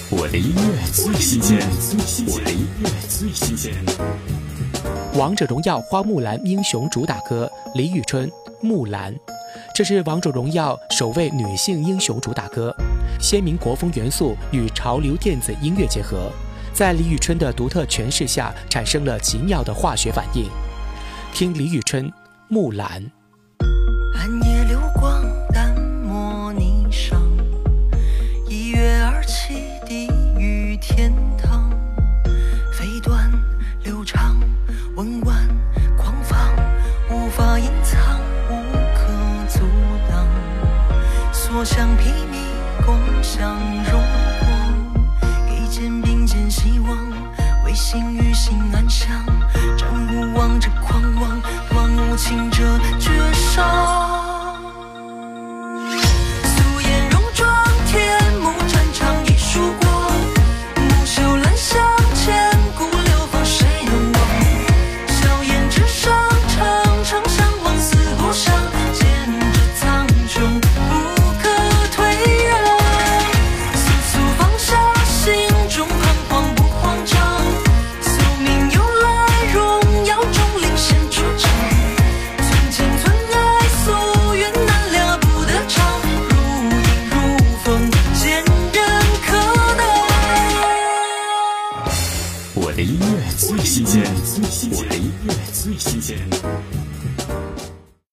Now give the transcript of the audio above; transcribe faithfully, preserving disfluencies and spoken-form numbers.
我的音乐最新鲜，我的音乐最新鲜。 王者荣耀花木兰英雄主打歌，李宇春《木兰》，这是王者荣耀首位女性英雄主打歌，鲜明国风元素与潮流电子音乐结合，在李宇春的独特诠释下，产生了奇妙的化学反应。听李宇春《木兰》。 暗夜流光淡墨霓裳，一跃而起地狱天堂，飞断流长，温婉狂放，无法隐藏，无可阻挡，所向披靡，共享荣光，给肩并肩希望，为心与心安详，战无望者狂妄，乱无情者绝杀。 我的音乐最新鲜，我的音乐最新鲜。